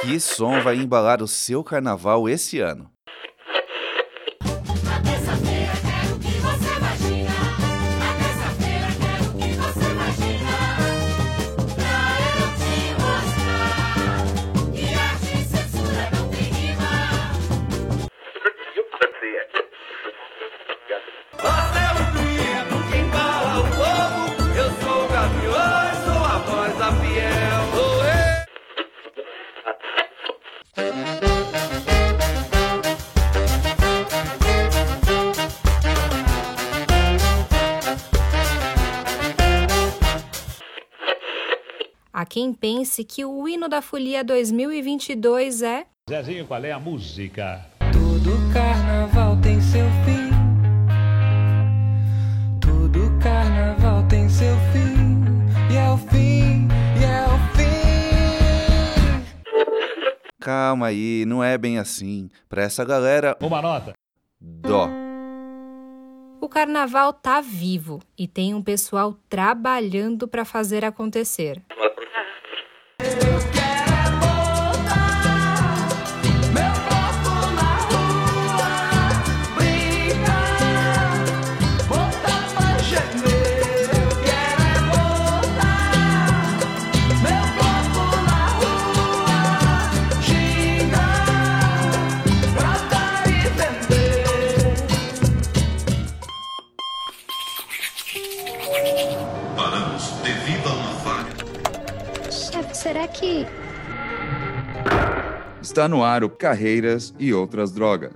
Que som vai embalar o seu carnaval esse ano? Há quem pense que o hino da Folia 2022 é... Zezinho, qual é a música? Todo carnaval tem seu fim. Todo carnaval tem seu fim. E é o fim, e é o fim. Calma aí, não é bem assim. Pra essa galera, Uma nota. dó. O carnaval tá vivo e tem um pessoal trabalhando para fazer acontecer. Paramos devido a uma falha. Chefe, será que... Está no ar o Carreiras e Outras Drogas.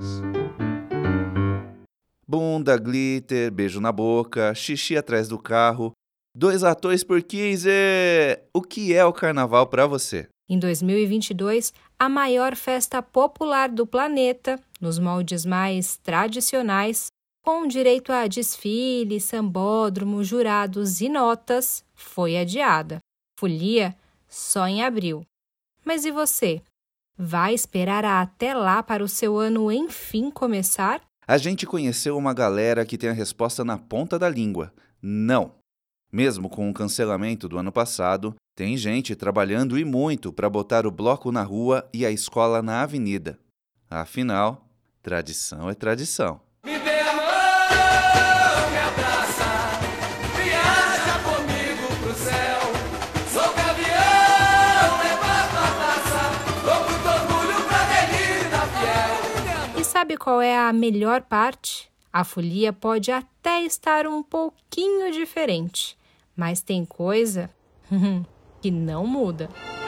Bunda, glitter, beijo na boca, xixi atrás do carro. 2 atores por 15! O que é o carnaval pra você? Em 2022, a maior festa popular do planeta, nos moldes mais tradicionais, com direito a desfile, sambódromo, jurados e notas, foi adiada. Folia só em abril. Mas e você? Vai esperar até lá para o seu ano enfim começar? A gente conheceu uma galera que tem a resposta na ponta da língua. Não. Mesmo com o cancelamento do ano passado, tem gente trabalhando e muito para botar o bloco na rua e a escola na avenida. Afinal, tradição é tradição. Me dê a mão, me abraça, viaja comigo pro céu. Sou gavião, levanto a taça, dou muito orgulho pra avenida fiel. E sabe qual é a melhor parte? A folia pode até estar um pouquinho diferente, mas tem coisa que não muda.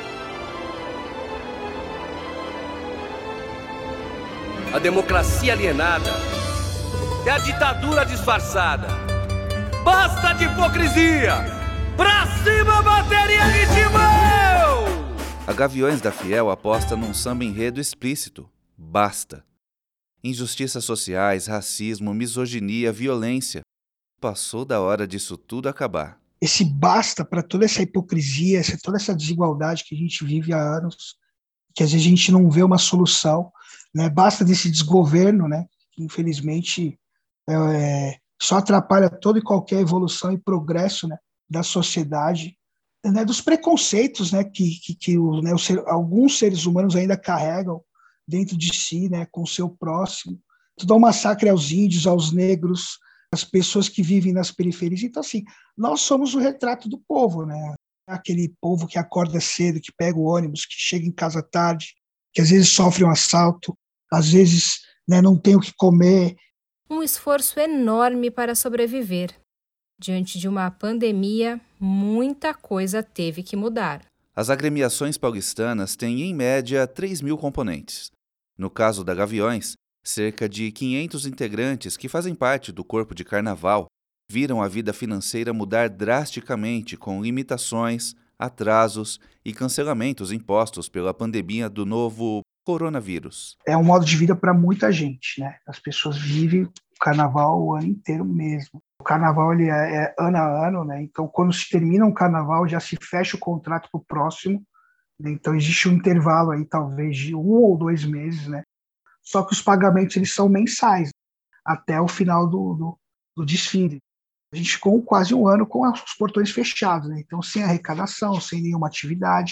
A democracia alienada é a ditadura disfarçada. Basta de hipocrisia! Pra cima, bateria de timão! A Gaviões da Fiel aposta num samba enredo explícito. Basta. Injustiças sociais, racismo, misoginia, violência. Passou da hora disso tudo acabar. Esse basta para toda essa hipocrisia, toda essa desigualdade que a gente vive há anos, que às vezes a gente não vê uma solução, né? Basta desse desgoverno, né? Que infelizmente só atrapalha toda e qualquer evolução e progresso, né? Da sociedade, né? Dos preconceitos, né? Que alguns seres humanos ainda carregam dentro de si, né? Com o seu próximo. Tudo é um massacre aos índios, aos negros, as pessoas que vivem nas periferias. Então, assim, nós somos o retrato do povo, né? Aquele povo que acorda cedo, que pega o ônibus, que chega em casa tarde, que às vezes sofre um assalto, às vezes, né, não tem o que comer. Um esforço enorme para sobreviver. Diante de uma pandemia, muita coisa teve que mudar. As agremiações paulistanas têm, em média, 3.000 componentes. No caso da Gaviões, cerca de 500 integrantes que fazem parte do corpo de carnaval viram a vida financeira mudar drasticamente com limitações, atrasos e cancelamentos impostos pela pandemia do novo coronavírus. É um modo de vida para muita gente, né? As pessoas vivem o carnaval o ano inteiro mesmo. O carnaval ele é ano a ano, né? Então, quando se termina um carnaval, já se fecha o contrato para o próximo, né? Então, existe um intervalo aí, talvez, de 1 ou 2 meses, né? Só que os pagamentos eles são mensais, até o final do desfile. A gente ficou quase um ano com os portões fechados, né? Então sem arrecadação, sem nenhuma atividade.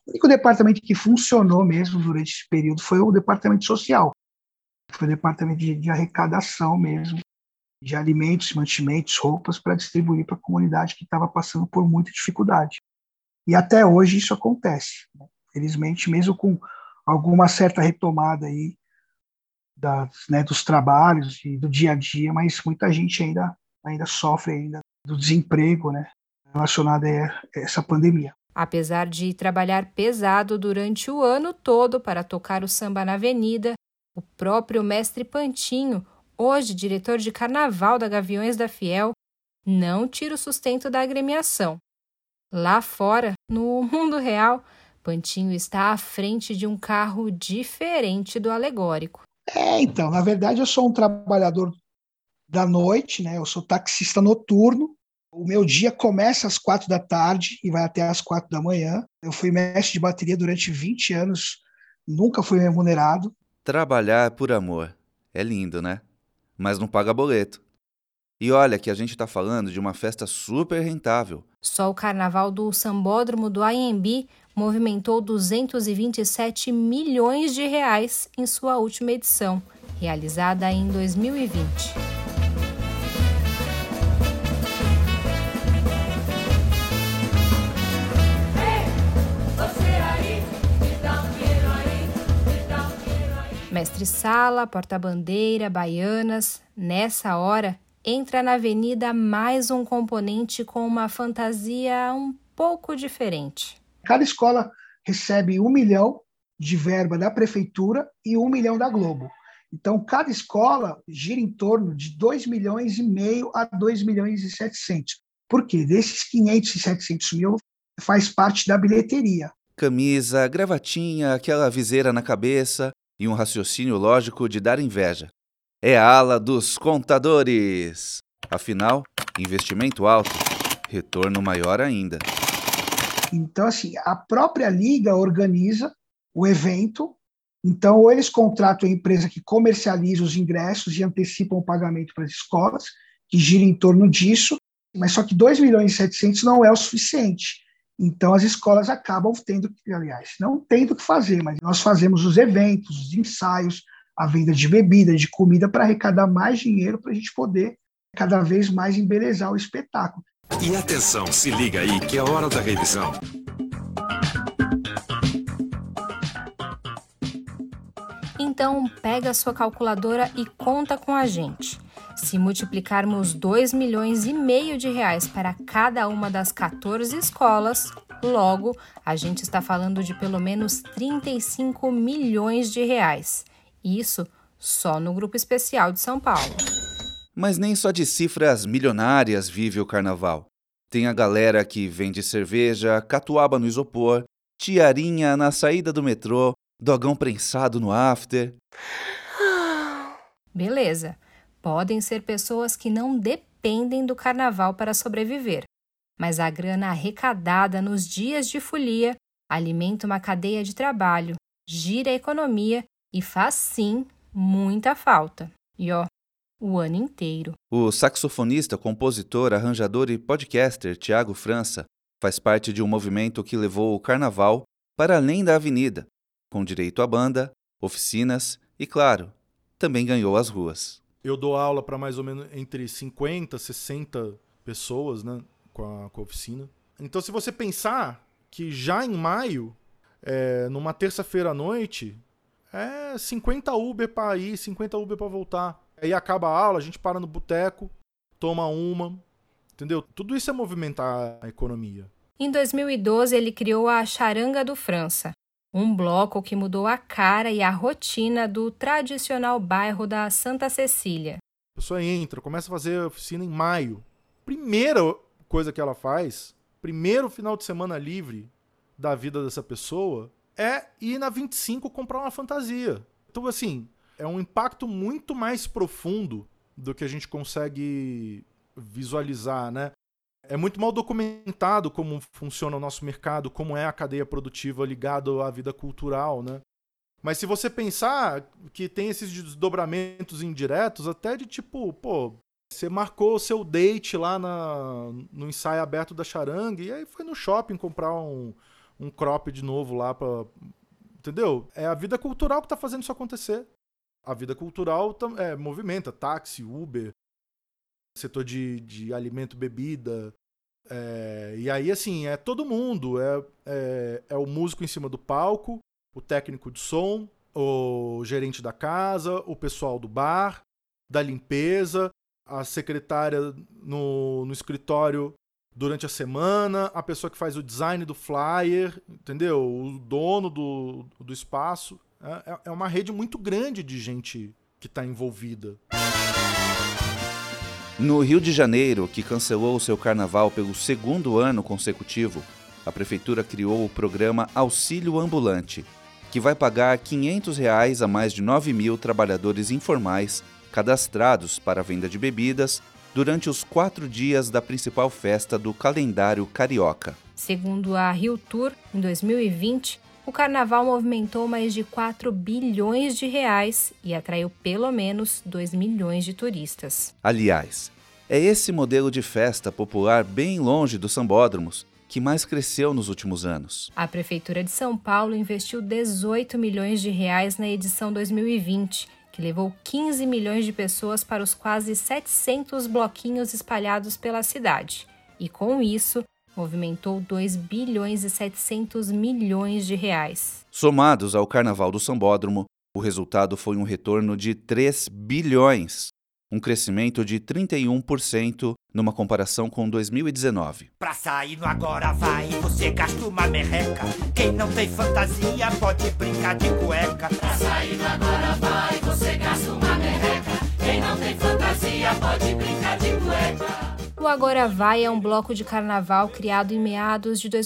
O único departamento que funcionou mesmo durante esse período foi o departamento social, foi o departamento de arrecadação mesmo, de alimentos, mantimentos, roupas, para distribuir para a comunidade que estava passando por muita dificuldade. E até hoje isso acontece, né? Felizmente, mesmo com alguma certa retomada aí dos trabalhos e do dia a dia, mas muita gente ainda sofre ainda do desemprego, né, relacionado a essa pandemia. Apesar de trabalhar pesado durante o ano todo para tocar o samba na avenida, o próprio mestre Pantinho, hoje diretor de carnaval da Gaviões da Fiel, não tira o sustento da agremiação. Lá fora, no mundo real, Pantinho está à frente de um carro diferente do alegórico. Então, na verdade, eu sou um trabalhador da noite, né? Eu sou taxista noturno. O meu dia começa às 4 da tarde e vai até às 4 da manhã. Eu fui mestre de bateria durante 20 anos, nunca fui remunerado. Trabalhar por amor. É lindo, né? Mas não paga boleto. E olha que a gente tá falando de uma festa super rentável. Só o carnaval do Sambódromo do Anhembi movimentou 227 milhões de reais em sua última edição, realizada em 2020. Mestre Sala, Porta-Bandeira, Baianas, nessa hora, entra na avenida mais um componente com uma fantasia um pouco diferente. Cada escola recebe 1 milhão de verba da prefeitura e 1 milhão da Globo. Então, cada escola gira em torno de 2,5 milhões a 2,7 milhões. Por quê? Desses 500 e 700 mil faz parte da bilheteria. Camisa, gravatinha, aquela viseira na cabeça e um raciocínio lógico de dar inveja. É a ala dos contadores. Afinal, investimento alto, retorno maior ainda. Então, assim, a própria liga organiza o evento. Então, ou eles contratam a empresa que comercializa os ingressos e antecipam o pagamento para as escolas, que gira em torno disso, mas só que 2,7 milhões não é o suficiente. Então, as escolas acabam tendo que, aliás, não tendo que fazer, mas nós fazemos os eventos, os ensaios, a venda de bebida, de comida, para arrecadar mais dinheiro para a gente poder cada vez mais embelezar o espetáculo. E atenção, se liga aí que é hora da revisão. Então, pega a sua calculadora e conta com a gente. Se multiplicarmos 2,5 milhões de reais para cada uma das 14 escolas, logo, a gente está falando de pelo menos 35 milhões de reais. Isso só no Grupo Especial de São Paulo. Mas nem só de cifras milionárias vive o carnaval. Tem a galera que vende cerveja, catuaba no isopor, tiarinha na saída do metrô, dogão prensado no after. Beleza, podem ser pessoas que não dependem do carnaval para sobreviver, mas a grana arrecadada nos dias de folia alimenta uma cadeia de trabalho, gira a economia e faz, sim, muita falta. E o ano inteiro. O saxofonista, compositor, arranjador e podcaster Thiago França faz parte de um movimento que levou o carnaval para além da avenida, com direito à banda, oficinas e, claro, também ganhou as ruas. Eu dou aula para mais ou menos entre 50 e 60 pessoas, né, com a oficina. Então, se você pensar que já em maio, numa terça-feira à noite, 50 Uber para ir, 50 Uber para voltar. Aí acaba a aula, a gente para no boteco, toma uma, entendeu? Tudo isso é movimentar a economia. Em 2012, ele criou a Charanga do França, um bloco que mudou a cara e a rotina do tradicional bairro da Santa Cecília. A pessoa entra, começa a fazer a oficina em maio. Primeira coisa que ela faz, primeiro final de semana livre da vida dessa pessoa, é ir na 25 comprar uma fantasia. Então, assim, é um impacto muito mais profundo do que a gente consegue visualizar, né? É muito mal documentado como funciona o nosso mercado, como é a cadeia produtiva ligada à vida cultural, né? Mas se você pensar que tem esses desdobramentos indiretos, até de tipo, você marcou o seu date lá no ensaio aberto da Charanga e aí foi no shopping comprar um cropped novo lá pra... Entendeu? É a vida cultural que tá fazendo isso acontecer. A vida cultural movimenta táxi, Uber, setor de alimento, bebida. E aí, assim, é todo mundo. É o músico em cima do palco, o técnico de som, o gerente da casa, o pessoal do bar, da limpeza, a secretária no escritório durante a semana, a pessoa que faz o design do flyer, entendeu? O dono do espaço. É uma rede muito grande de gente que está envolvida. No Rio de Janeiro, que cancelou o seu carnaval pelo 2º ano consecutivo, a prefeitura criou o programa Auxílio Ambulante, que vai pagar R$ 500 a mais de 9 mil trabalhadores informais cadastrados para a venda de bebidas durante os 4 dias da principal festa do calendário carioca. Segundo a Rio Tour, em 2020, o carnaval movimentou mais de 4 bilhões de reais e atraiu pelo menos 2 milhões de turistas. Aliás, é esse modelo de festa popular bem longe dos sambódromos que mais cresceu nos últimos anos. A Prefeitura de São Paulo investiu 18 milhões de reais na edição 2020, que levou 15 milhões de pessoas para os quase 700 bloquinhos espalhados pela cidade. E com isso, movimentou 2 bilhões e 700 milhões de reais. Somados ao Carnaval do Sambódromo, o resultado foi um retorno de 3 bilhões, um crescimento de 31% numa comparação com 2019. Pra sair no agora vai, você gasta uma merreca. Quem não tem fantasia pode brincar de cueca. Pra sair no agora vai, você gasta uma merreca. Quem não tem fantasia pode brincar de cueca. O Agora Vai é um bloco de carnaval criado em meados de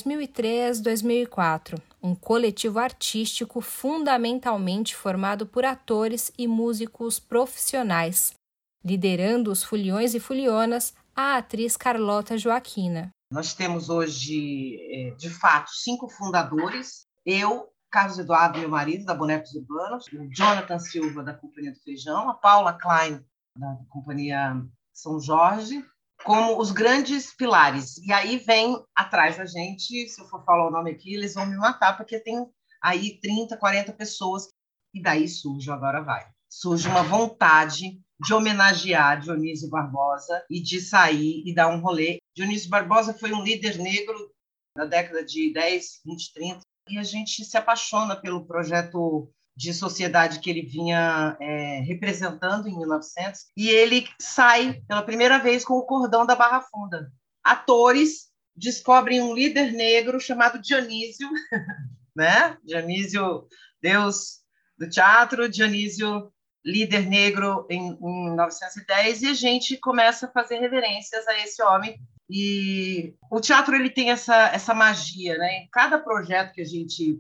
2003-2004, um coletivo artístico fundamentalmente formado por atores e músicos profissionais. Liderando os foliões e folionas, a atriz Carlota Joaquina. Nós temos hoje, de fato, 5 fundadores. Eu, Carlos Eduardo, meu marido, da Bonecos Urbanos, o Jonathan Silva, da Companhia do Feijão, a Paula Klein, da Companhia São Jorge, como os grandes pilares. E aí vem atrás da gente, se eu for falar o nome aqui, eles vão me matar, porque tem aí 30, 40 pessoas, e daí surge o Agora Vai. Surge uma vontade de homenagear Dionísio Barbosa e de sair e dar um rolê. Dionísio Barbosa foi um líder negro na década de 10, 20, 30, e a gente se apaixona pelo projeto de sociedade que ele vinha representando em 1900, e ele sai pela primeira vez com o Cordão da Barra Funda. Atores descobrem um líder negro chamado Dionísio, né? Dionísio, deus do teatro, Dionísio, líder negro em 1910, e a gente começa a fazer reverências a esse homem. E o teatro ele tem essa magia, né? Em cada projeto que a gente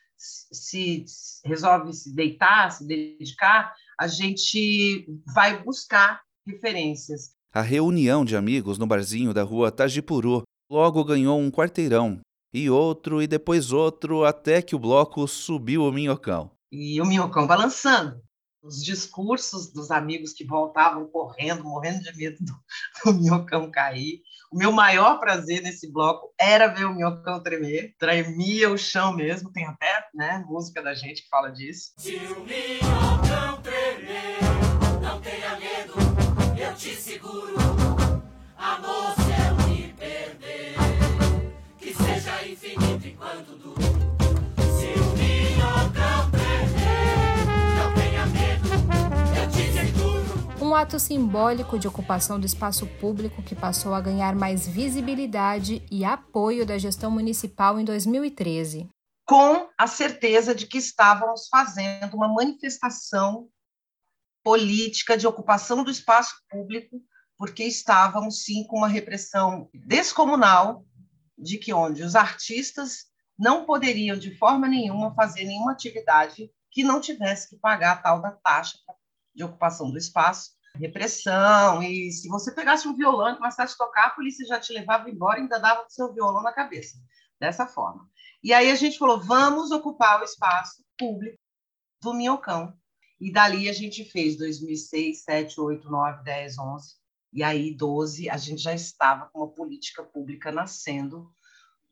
se resolve se deitar, se dedicar, a gente vai buscar referências. A reunião de amigos no barzinho da rua Tajipuru logo ganhou um quarteirão, e outro, e depois outro, até que o bloco subiu o minhocão. E o minhocão balançando. Os discursos dos amigos que voltavam correndo, morrendo de medo do minhocão cair. O meu maior prazer nesse bloco era ver o minhocão tremer. Tremia o chão mesmo. Tem até, né, música da gente que fala disso. Se o minhocão tremer, não tenha medo, eu te seguro. Amor, se eu me perder, que seja infinito enquanto duro. Se o minhocão tremer, não tenha medo, eu te seguro. Um ato simbólico de ocupação do espaço público que passou a ganhar mais visibilidade e apoio da gestão municipal em 2013. Com a certeza de que estávamos fazendo uma manifestação política de ocupação do espaço público, porque estávamos, sim, com uma repressão descomunal de que onde os artistas não poderiam, de forma nenhuma, fazer nenhuma atividade que não tivesse que pagar a tal da taxa de ocupação do espaço. Repressão, e se você pegasse um violão e começasse a tocar, a polícia já te levava embora e ainda dava o seu violão na cabeça. Dessa forma. E aí a gente falou, vamos ocupar o espaço público do Minhocão. E dali a gente fez 2006, 7, 8, 9, 10, 11. E aí, 12, a gente já estava com uma política pública nascendo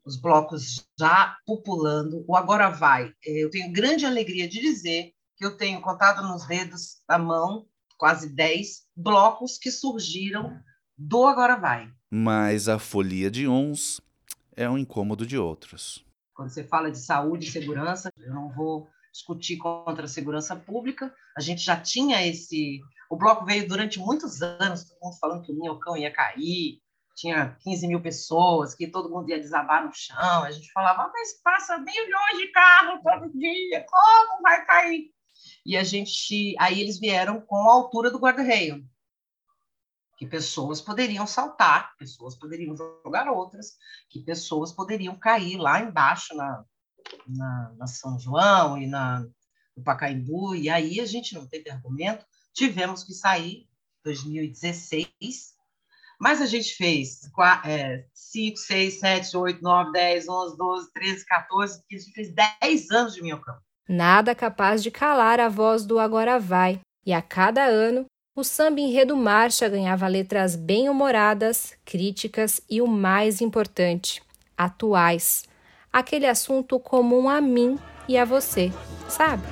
os blocos já populando. O Agora Vai, eu tenho grande alegria de dizer que eu tenho contado nos dedos da mão quase 10 blocos que surgiram do Agora Vai. Mas a folia de uns é um incômodo de outros. Quando você fala de saúde e segurança, eu não vou discutir contra a segurança pública. A gente já tinha esse... O bloco veio durante muitos anos, todo mundo falando que o Minhocão ia cair, tinha 15 mil pessoas, que todo mundo ia desabar no chão. A gente falava, mas passa milhões de carros todo dia, como vai cair? E aí eles vieram com a altura do guarda-reio, que pessoas poderiam saltar, pessoas poderiam jogar outras, que pessoas poderiam cair lá embaixo na São João e no Pacaembu, e aí a gente não teve argumento, tivemos que sair em 2016, mas a gente fez 5, 6, 7, 8, 9, 10, 11, 12, 13, 14, a gente fez 10 anos de Minhocão. Nada capaz de calar a voz do Agora Vai, e a cada ano, o Samba Enredo Marcha ganhava letras bem-humoradas, críticas e o mais importante, atuais. Aquele assunto comum a mim e a você, sabe?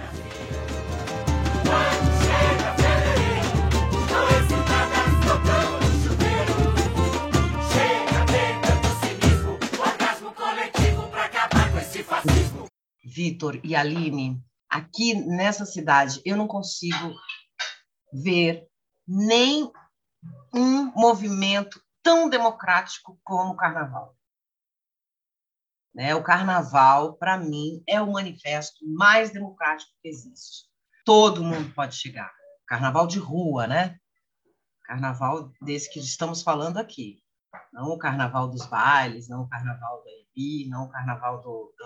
Vitor e Aline, aqui nessa cidade eu não consigo ver nem um movimento tão democrático como o Carnaval. O Carnaval, para mim, é o manifesto mais democrático que existe. Todo mundo pode chegar. Carnaval de rua, né? Carnaval desse que estamos falando aqui. Não o carnaval dos bailes, não o carnaval da EBI, não o carnaval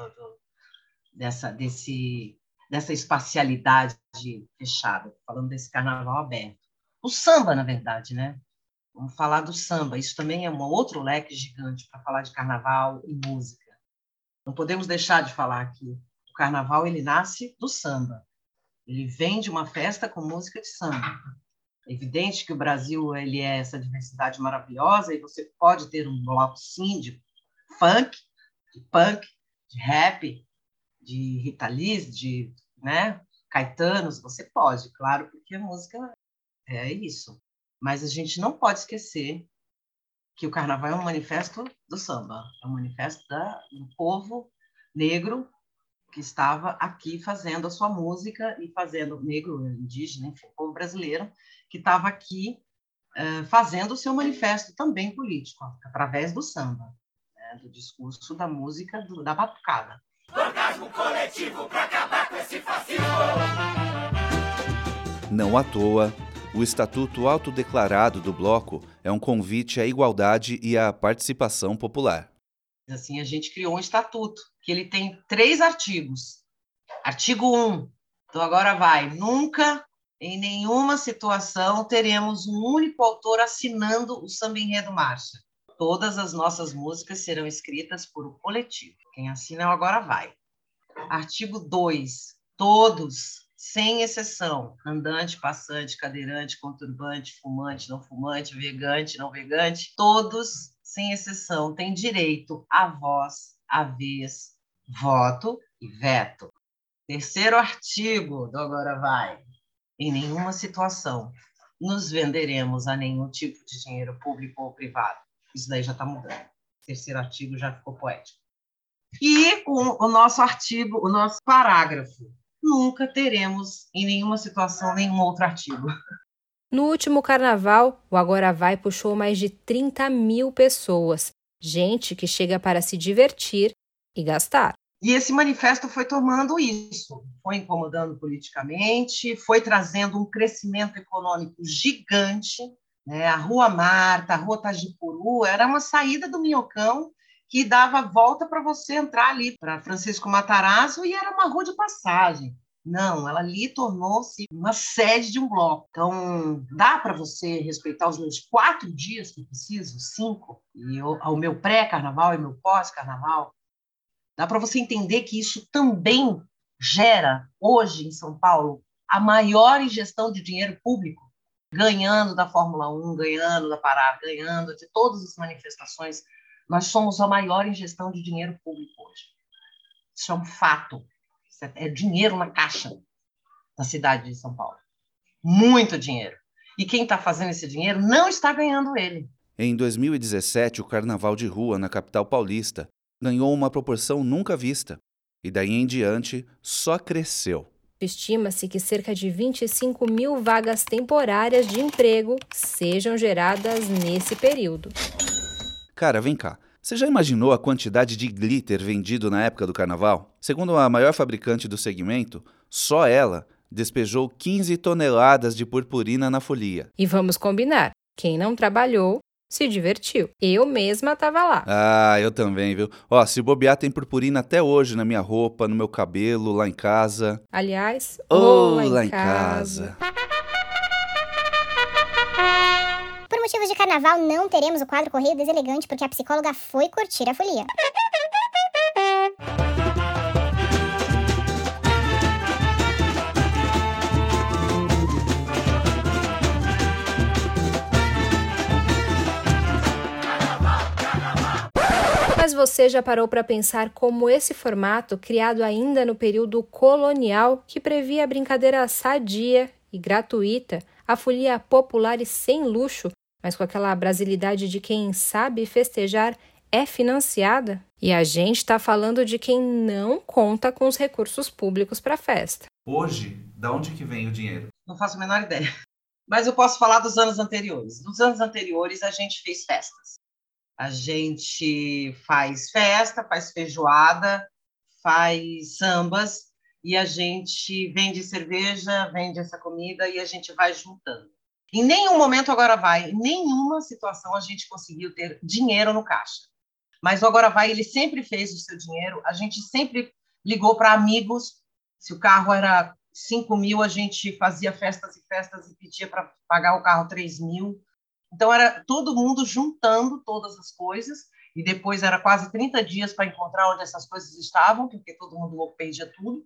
dessa espacialidade fechada, falando desse carnaval aberto. O samba, na verdade, né? Vamos falar do samba. Isso também é um outro leque gigante para falar de carnaval e música. Não podemos deixar de falar que o carnaval ele nasce do samba. Ele vem de uma festa com música de samba. É evidente que o Brasil ele é essa diversidade maravilhosa e você pode ter um bloco, sim, de funk, de rap, de Rita Lee, de Caetanos, você pode, claro, porque a música é isso. Mas a gente não pode esquecer que o carnaval é um manifesto do samba, é um manifesto do povo negro que estava aqui fazendo a sua música e fazendo, negro, indígena, enfim, povo brasileiro, que estava aqui fazendo o seu manifesto também político, através do samba, do discurso da música, da batucada. Orgasmo coletivo para acabar com esse fascismo! Não à toa, o Estatuto Autodeclarado do Bloco é um convite à igualdade e à participação popular. Assim, a gente criou um estatuto, que ele tem 3 artigos. Artigo 1, então agora vai, nunca, em nenhuma situação, teremos um único autor assinando o Samba Enredo Marcha. Todas as nossas músicas serão escritas por um coletivo. Quem assina é o Agora Vai. Artigo 2, todos, sem exceção, andante, passante, cadeirante, conturbante, fumante, não fumante, vegante, não vegante, todos, sem exceção, têm direito à voz, à vez, voto e veto. 3º artigo do Agora Vai. Em nenhuma situação nos venderemos a nenhum tipo de dinheiro público ou privado. Isso daí já está mudando. 3º artigo já ficou poético. E o nosso artigo, o nosso parágrafo. Nunca teremos, em nenhuma situação, nenhum outro artigo. No último carnaval, o Agora Vai puxou mais de 30 mil pessoas. Gente que chega para se divertir e gastar. E esse manifesto foi tomando isso. Foi incomodando politicamente, foi trazendo um crescimento econômico gigante. A Rua Marta, a Rua Tajipuru, era uma saída do Minhocão que dava volta para você entrar ali para Francisco Matarazzo e era uma rua de passagem. Não, ela ali tornou-se uma sede de um bloco. Então, dá para você respeitar os meus 4 dias que eu preciso, 5, e o meu pré-carnaval e meu pós-carnaval. Dá para você entender que isso também gera, hoje em São Paulo, a maior ingestão de dinheiro público, ganhando da Fórmula 1, ganhando da Parada, ganhando de todas as manifestações Nós somos a maior ingestão de dinheiro público hoje. Isso é um fato. Isso é dinheiro na caixa da cidade de São Paulo. Muito dinheiro. E quem está fazendo esse dinheiro não está ganhando ele. Em 2017, o carnaval de rua na capital paulista ganhou uma proporção nunca vista. E daí em diante, só cresceu. Estima-se que cerca de 25 mil vagas temporárias de emprego sejam geradas nesse período. Cara, vem cá. Você já imaginou a quantidade de glitter vendido na época do carnaval? Segundo a maior fabricante do segmento, só ela despejou 15 toneladas de purpurina na folia. E vamos combinar, quem não trabalhou se divertiu. Eu mesma estava lá. Ah, eu também, viu? Ó, se bobear tem purpurina até hoje na minha roupa, no meu cabelo, lá em casa. Aliás, lá em casa. Por motivos de carnaval, não teremos o quadro Correio Deselegante porque a psicóloga foi curtir a folia. Mas você já parou para pensar como esse formato, criado ainda no período colonial, que previa a brincadeira sadia e gratuita, a folia popular e sem luxo, mas com aquela brasilidade de quem sabe festejar, é financiada? E a gente está falando de quem não conta com os recursos públicos para a festa. Hoje, da onde que vem o dinheiro? Não faço a menor ideia. Mas eu posso falar dos anos anteriores. Nos anos anteriores, a gente fez festas. A gente faz festa, faz feijoada, faz sambas e a gente vende cerveja, vende essa comida e a gente vai juntando. Em nenhum momento Agora Vai, em nenhuma situação a gente conseguiu ter dinheiro no caixa. Mas o Agora Vai, ele sempre fez o seu dinheiro, a gente sempre ligou para amigos, se o carro era 5 mil, a gente fazia festas e festas e pedia para pagar o carro 3 mil. Então, era todo mundo juntando todas as coisas, e depois era quase 30 dias para encontrar onde essas coisas estavam, porque todo mundo louco perdia tudo.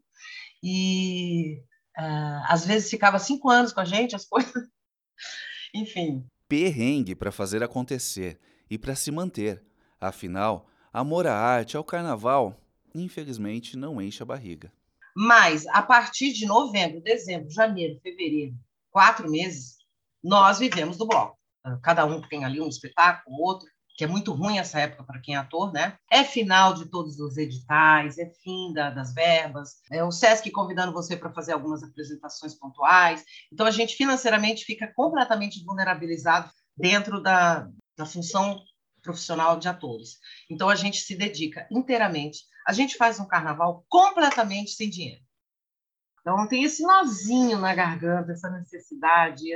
E, às vezes, ficava 5 anos com a gente, as coisas. Enfim. Perrengue para fazer acontecer e para se manter. Afinal, amor à arte, ao carnaval, infelizmente, não enche a barriga. Mas, a partir de novembro, dezembro, janeiro, fevereiro, 4 meses, nós vivemos do bloco. Cada um tem ali um espetáculo, outro, que é muito ruim essa época para quem é ator, né? É final de todos os editais, é fim das verbas, é o Sesc convidando você para fazer algumas apresentações pontuais. Então, a gente financeiramente fica completamente vulnerabilizado dentro da função profissional de atores. Então, a gente se dedica inteiramente. A gente faz um carnaval completamente sem dinheiro. Então, tem esse nozinho na garganta, essa necessidade.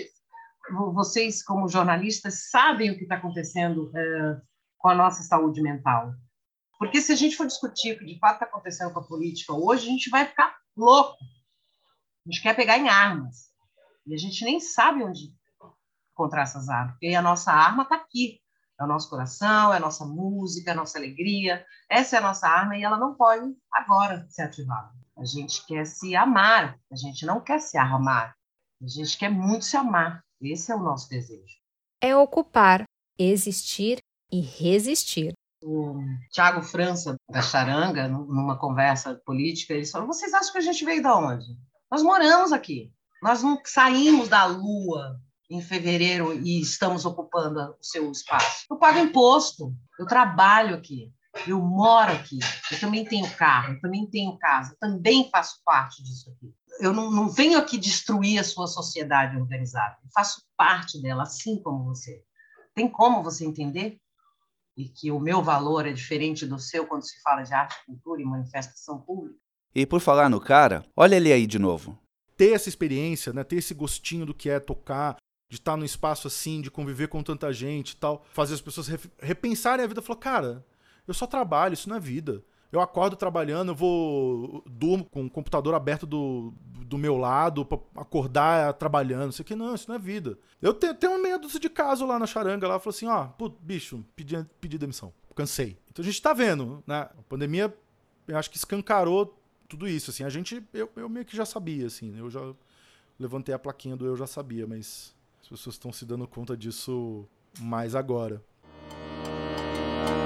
Vocês, como jornalistas, sabem o que está acontecendo com a nossa saúde mental. Porque se a gente for discutir o que de fato está acontecendo com a política hoje, a gente vai ficar louco. A gente quer pegar em armas. E a gente nem sabe onde encontrar essas armas. Porque a nossa arma está aqui. É o nosso coração, é a nossa música, é a nossa alegria. Essa é a nossa arma e ela não pode agora ser ativada. A gente quer se amar. A gente não quer se armar. A gente quer muito se amar. Esse é o nosso desejo. É ocupar, existir e resistir. O Thiago França, da Charanga, numa conversa política, ele falou: vocês acham que a gente veio de onde? Nós moramos aqui. Nós não saímos da Lua em fevereiro e estamos ocupando o seu espaço. Eu pago imposto, eu trabalho aqui, eu moro aqui, eu também tenho carro, eu também tenho casa, eu também faço parte disso aqui. Eu não venho aqui destruir a sua sociedade organizada. Eu faço parte dela, assim como você. Tem como você entender? E que o meu valor é diferente do seu quando se fala de arte, cultura e manifestação pública? E por falar no cara, olha ele aí de novo. Ter essa experiência, né, ter esse gostinho do que é tocar, de estar num espaço assim, de conviver com tanta gente e tal, fazer as pessoas repensarem a vida. Falar, cara, eu só trabalho, isso não é vida. Eu acordo trabalhando, durmo com o computador aberto do meu lado pra acordar trabalhando. Isso aqui não, isso não é vida. Eu tenho uma meia dúzia de caso lá na Charanga, lá, falou assim, bicho, pedi demissão, cansei. Então a gente tá vendo, né? A pandemia, eu acho que escancarou tudo isso, assim. Eu meio que já sabia, assim, eu já levantei a plaquinha do eu já sabia, mas as pessoas estão se dando conta disso mais agora.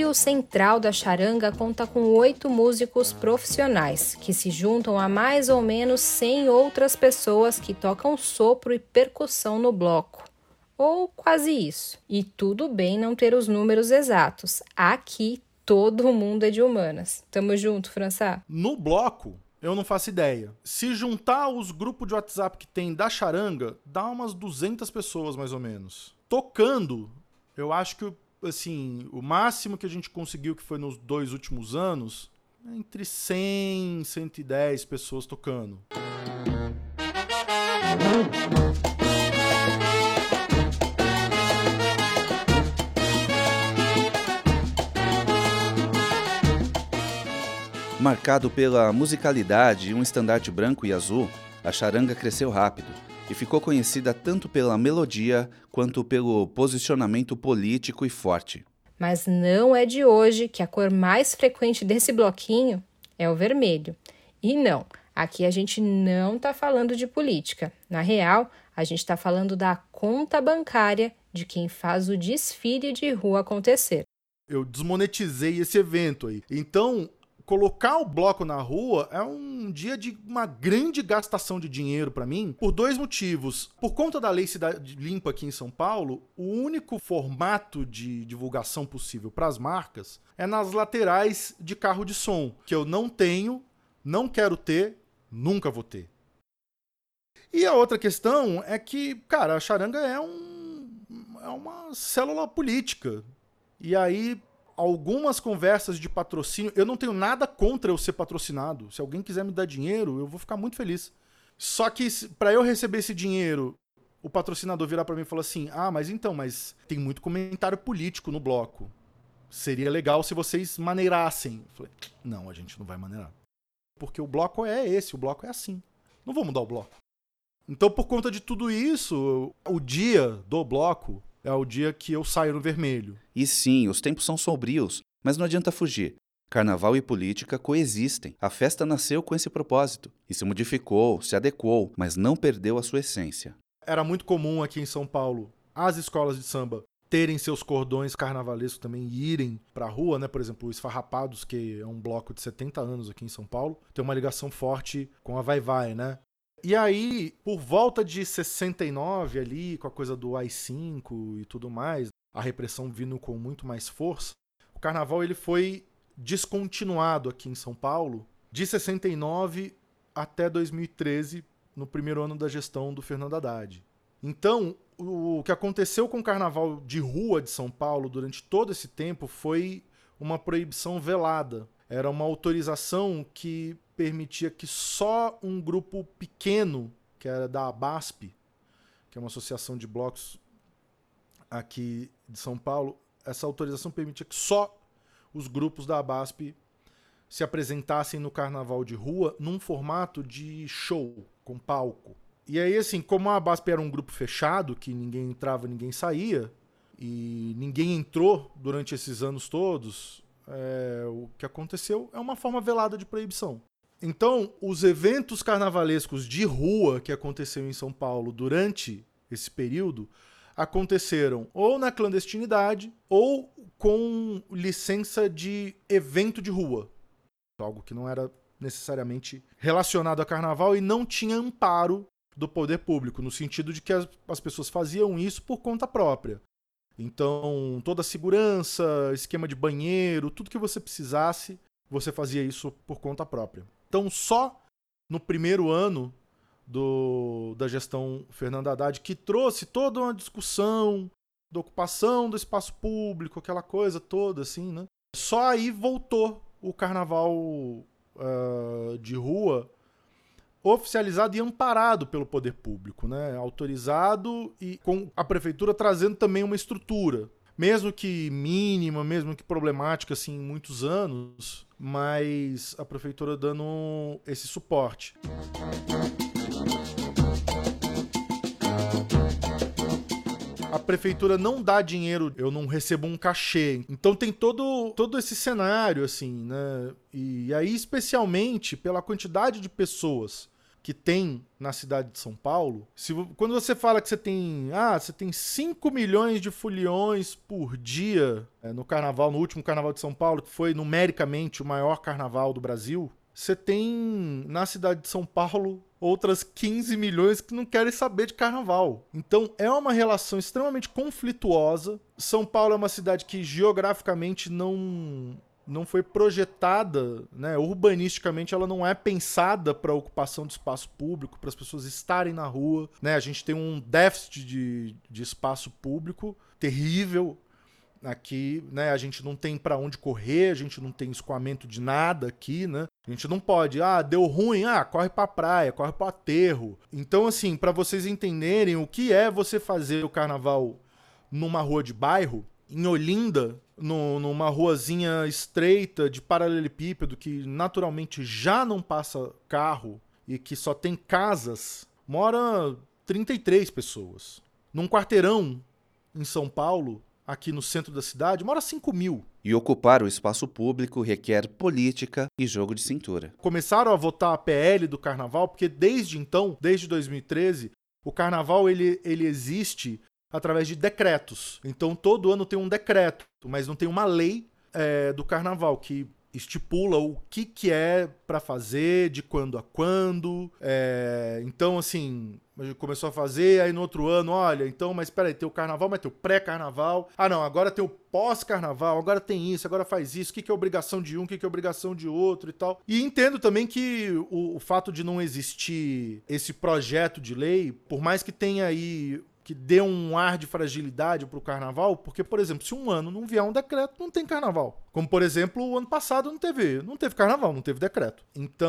trio central da charanga conta com 8 músicos profissionais, que se juntam a mais ou menos 100 outras pessoas que tocam sopro e percussão no bloco. Ou quase isso. E tudo bem não ter os números exatos. Aqui, todo mundo é de humanas. Tamo junto, Françá? No bloco, eu não faço ideia. Se juntar os grupos de WhatsApp que tem da charanga, dá umas 200 pessoas, mais ou menos. Tocando, eu acho que, assim, o máximo que a gente conseguiu, que foi nos 2 últimos anos, é entre 100 e 110 pessoas tocando. Marcado pela musicalidade e um estandarte branco e azul, a charanga cresceu rápido e ficou conhecida tanto pela melodia quanto pelo posicionamento político e forte. Mas não é de hoje que a cor mais frequente desse bloquinho é o vermelho. E não, aqui a gente não está falando de política. Na real, a gente está falando da conta bancária de quem faz o desfile de rua acontecer. Eu desmonetizei esse evento aí. Então, colocar o bloco na rua é um dia de uma grande gastação de dinheiro para mim, por 2 motivos. Por conta da lei Cidade Limpa aqui em São Paulo, o único formato de divulgação possível para as marcas é nas laterais de carro de som, que eu não tenho, não quero ter, nunca vou ter. E a outra questão é que, cara, a charanga é uma célula política. E aí, algumas conversas de patrocínio, eu não tenho nada contra eu ser patrocinado. Se alguém quiser me dar dinheiro, eu vou ficar muito feliz. Só que para eu receber esse dinheiro, o patrocinador virar para mim e falar assim: mas tem muito comentário político no bloco. Seria legal se vocês maneirassem. Eu falei: não, a gente não vai maneirar. Porque o bloco é esse, o bloco é assim. Não vou mudar o bloco. Então, por conta de tudo isso, o dia do bloco é o dia que eu saio no vermelho. E sim, os tempos são sombrios, mas não adianta fugir. Carnaval e política coexistem. A festa nasceu com esse propósito e se modificou, se adequou, mas não perdeu a sua essência. Era muito comum aqui em São Paulo as escolas de samba terem seus cordões carnavalescos também e irem pra rua, né? Por exemplo, o Esfarrapados, que é um bloco de 70 anos aqui em São Paulo, tem uma ligação forte com a Vai Vai, né? E aí, por volta de 69 ali, com a coisa do AI-5 e tudo mais, a repressão vindo com muito mais força, o carnaval ele foi descontinuado aqui em São Paulo de 69 até 2013, no primeiro ano da gestão do Fernando Haddad. Então, o que aconteceu com o carnaval de rua de São Paulo durante todo esse tempo foi uma proibição velada. Era uma autorização que permitia que só um grupo pequeno, que era da ABASP, que é uma associação de blocos aqui de São Paulo, essa autorização permitia que só os grupos da ABASP se apresentassem no carnaval de rua num formato de show, com palco. E aí, assim, como a ABASP era um grupo fechado, que ninguém entrava, ninguém saía, e ninguém entrou durante esses anos todos, o que aconteceu é uma forma velada de proibição. Então, os eventos carnavalescos de rua que aconteceram em São Paulo durante esse período aconteceram ou na clandestinidade ou com licença de evento de rua. Algo que não era necessariamente relacionado a carnaval e não tinha amparo do poder público, no sentido de que as pessoas faziam isso por conta própria. Então, toda a segurança, esquema de banheiro, tudo que você precisasse, você fazia isso por conta própria. Então, só no primeiro ano da gestão Fernando Haddad, que trouxe toda uma discussão da ocupação do espaço público, aquela coisa toda, assim, né? Só aí voltou o carnaval de rua oficializado e amparado pelo poder público, né? Autorizado e com a prefeitura trazendo também uma estrutura, mesmo que mínima, mesmo que problemática assim, em muitos anos, mas a prefeitura dando esse suporte. A prefeitura não dá dinheiro, eu não recebo um cachê. Então tem todo esse cenário, assim, né? E aí, especialmente, pela quantidade de pessoas que tem na cidade de São Paulo, quando você fala que você tem 5 milhões de foliões por dia no carnaval, no último carnaval de São Paulo, que foi numericamente o maior carnaval do Brasil, você tem na cidade de São Paulo outras 15 milhões que não querem saber de carnaval. Então é uma relação extremamente conflituosa. São Paulo é uma cidade que geograficamente não foi projetada, né? Urbanisticamente ela não é pensada para a ocupação de espaço público, para as pessoas estarem na rua, né? A gente tem um déficit de espaço público terrível aqui, né? A gente não tem para onde correr, a gente não tem escoamento de nada aqui, né? A gente não pode, deu ruim, corre pra praia, corre pro aterro. Então, assim, para vocês entenderem o que é você fazer o carnaval numa rua de bairro, em Olinda, numa ruazinha estreita de paralelepípedo que naturalmente já não passa carro e que só tem casas, mora 33 pessoas. Num quarteirão em São Paulo, aqui no centro da cidade, mora 5 mil. E ocupar o espaço público requer política e jogo de cintura. Começaram a votar a PL do carnaval, porque desde então, desde 2013, o carnaval ele existe através de decretos. Então todo ano tem um decreto, mas não tem uma lei do carnaval que estipula o que é para fazer, de quando a quando. Então, assim, a gente começou a fazer, aí no outro ano, olha, então, mas peraí, tem o carnaval, mas tem o pré-carnaval. Não, agora tem o pós-carnaval, agora tem isso, agora faz isso, o que é obrigação de um, o que é obrigação de outro e tal. E entendo também que o fato de não existir esse projeto de lei, por mais que tenha aí que dê um ar de fragilidade pro carnaval, porque, por exemplo, se um ano não vier um decreto, não tem carnaval. Como, por exemplo, o ano passado não teve carnaval, não teve decreto.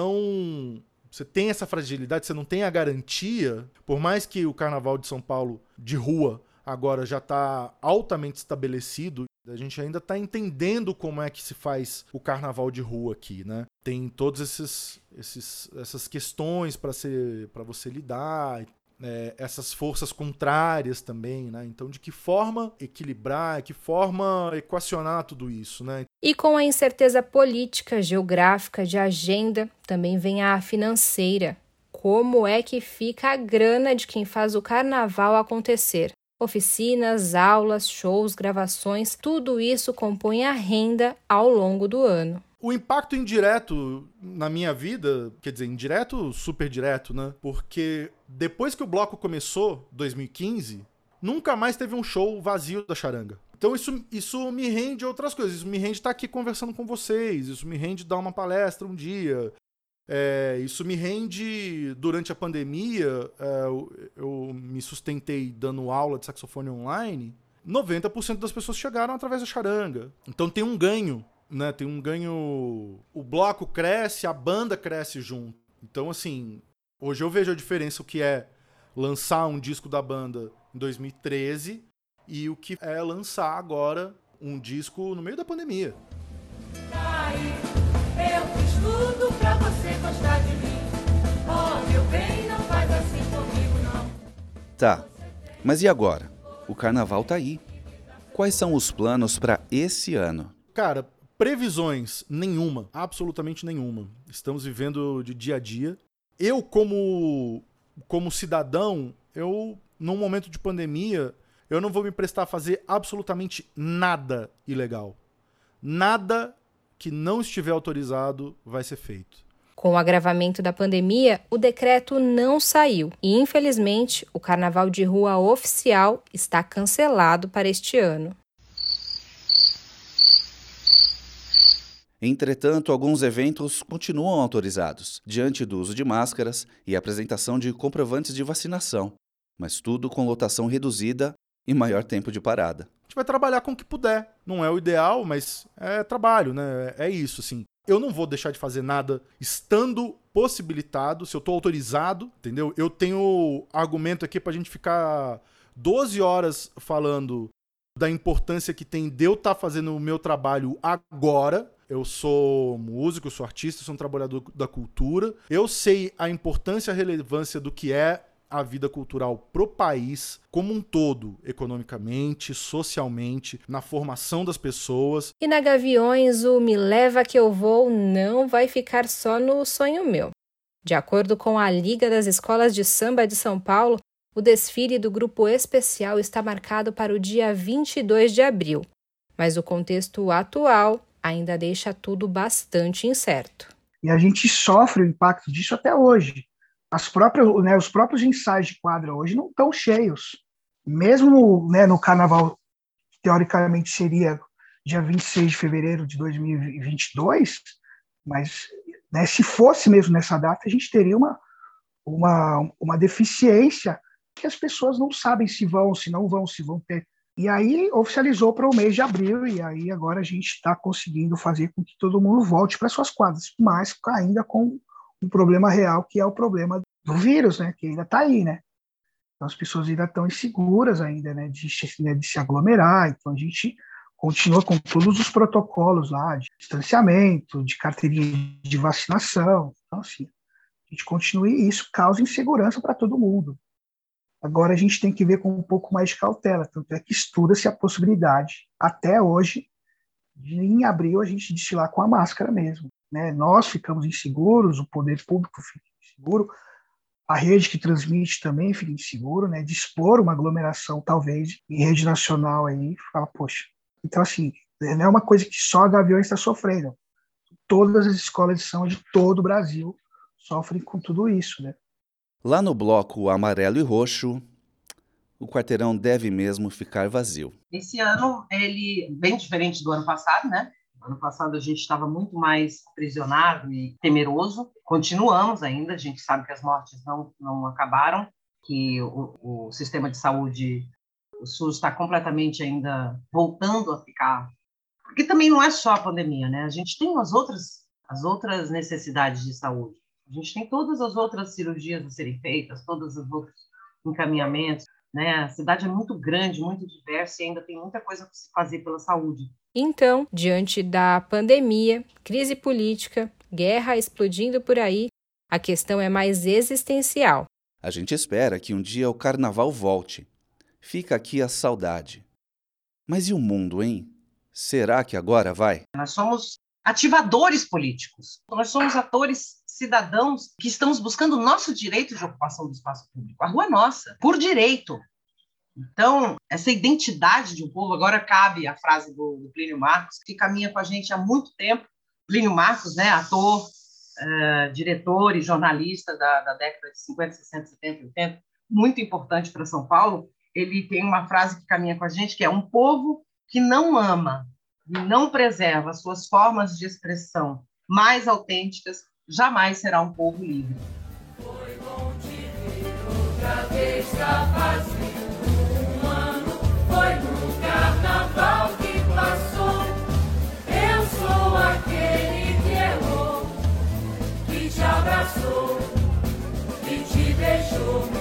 Então, você tem essa fragilidade, você não tem a garantia, por mais que o carnaval de São Paulo de rua agora já está altamente estabelecido, a gente ainda está entendendo como é que se faz o carnaval de rua aqui, né? Tem todas essas questões para você lidar, essas forças contrárias também, né? Então, de que forma equilibrar, que forma equacionar tudo isso, né? E com a incerteza política, geográfica, de agenda, também vem a financeira. Como é que fica a grana de quem faz o carnaval acontecer? Oficinas, aulas, shows, gravações, tudo isso compõe a renda ao longo do ano. O impacto indireto na minha vida, quer dizer, indireto, super direto, né? Porque depois que o bloco começou, 2015, nunca mais teve um show vazio da charanga. Então isso me rende outras coisas, isso me rende estar aqui conversando com vocês, isso me rende dar uma palestra um dia, isso me rende, durante a pandemia, eu me sustentei dando aula de saxofone online, 90% das pessoas chegaram através da charanga. Então tem um ganho. Né, tem um ganho, o bloco cresce, a banda cresce junto. Então, assim, hoje eu vejo a diferença o que é lançar um disco da banda em 2013 e o que é lançar agora um disco no meio da pandemia. Eu fiz tudo pra você gostar de mim. Oh, meu bem, não faz assim comigo, não. Tá, mas e agora? O carnaval tá aí. Quais são os planos pra esse ano? Cara, previsões, nenhuma, absolutamente nenhuma. Estamos vivendo de dia a dia. Eu, como cidadão, num momento de pandemia, eu não vou me prestar a fazer absolutamente nada ilegal. Nada que não estiver autorizado vai ser feito. Com o agravamento da pandemia, o decreto não saiu e, infelizmente, o carnaval de rua oficial está cancelado para este ano. Entretanto, alguns eventos continuam autorizados, diante do uso de máscaras e apresentação de comprovantes de vacinação, mas tudo com lotação reduzida e maior tempo de parada. A gente vai trabalhar com o que puder. Não é o ideal, mas é trabalho, né? É isso, assim. Eu não vou deixar de fazer nada estando possibilitado, se eu estou autorizado, entendeu? Eu tenho argumento aqui pra gente ficar 12 horas falando da importância que tem de eu estar fazendo o meu trabalho agora. Eu sou músico, sou artista, sou um trabalhador da cultura. Eu sei a importância e a relevância do que é a vida cultural pro país como um todo, economicamente, socialmente, na formação das pessoas. E na Gaviões, o Me Leva Que Eu Vou não vai ficar só no sonho meu. De acordo com a Liga das Escolas de Samba de São Paulo, o desfile do Grupo Especial está marcado para o dia 22 de abril, mas o contexto atual ainda deixa tudo bastante incerto. E a gente sofre o impacto disso até hoje. Os próprios ensaios de quadra hoje não estão cheios. Mesmo no carnaval, que teoricamente seria dia 26 de fevereiro de 2022, mas se fosse mesmo nessa data, a gente teria uma deficiência que as pessoas não sabem se vão, se não vão, se vão ter. E aí oficializou para o mês de abril, e aí agora a gente está conseguindo fazer com que todo mundo volte para suas quadras, mas ainda com um problema real, que é o problema do vírus, né, que ainda está aí, né? Então as pessoas ainda estão inseguras ainda, né, de se aglomerar, então a gente continua com todos os protocolos lá, de distanciamento, de carteirinha de vacinação, então assim, a gente continua e isso causa insegurança para todo mundo. Agora a gente tem que ver com um pouco mais de cautela, tanto é que estuda-se a possibilidade, até hoje, de em abril a gente desfilar com a máscara mesmo, né? Nós ficamos inseguros, o poder público fica inseguro, a rede que transmite também fica inseguro, né? De expor uma aglomeração, talvez, em rede nacional aí, fala, poxa. Então, assim, não é uma coisa que só a Gaviões está sofrendo. Todas as escolas de samba de todo o Brasil sofrem com tudo isso, né? Lá no bloco amarelo e roxo, o quarteirão deve mesmo ficar vazio. Esse ano, ele bem diferente do ano passado, né? Ano passado a gente estava muito mais aprisionado e temeroso. Continuamos ainda, a gente sabe que as mortes não acabaram, que o sistema de saúde, o SUS está completamente ainda voltando a ficar... Porque também não é só a pandemia, né? A gente tem as outras necessidades de saúde. A gente tem todas as outras cirurgias a serem feitas, todos os outros encaminhamentos, né? A cidade é muito grande, muito diversa e ainda tem muita coisa para se fazer pela saúde. Então, diante da pandemia, crise política, guerra explodindo por aí, a questão é mais existencial. A gente espera que um dia o carnaval volte. Fica aqui a saudade. Mas e o mundo, hein? Será que agora vai? Nós somos ativadores políticos. Nós somos atores cidadãos que estamos buscando o nosso direito de ocupação do espaço público. A rua é nossa, por direito. Então, essa identidade de um povo, agora cabe a frase do Plínio Marcos, que caminha com a gente há muito tempo. Plínio Marcos, né, ator, diretor e jornalista da década de 50, 60, 70, 80, muito importante para São Paulo. Ele tem uma frase que caminha com a gente, que é: um povo que não ama e não preserva suas formas de expressão mais autênticas jamais será um povo livre. Foi bom te ver outra vez, tá fazendo um ano. Foi no carnaval que passou. Eu sou aquele que errou, que te abraçou, que te beijou.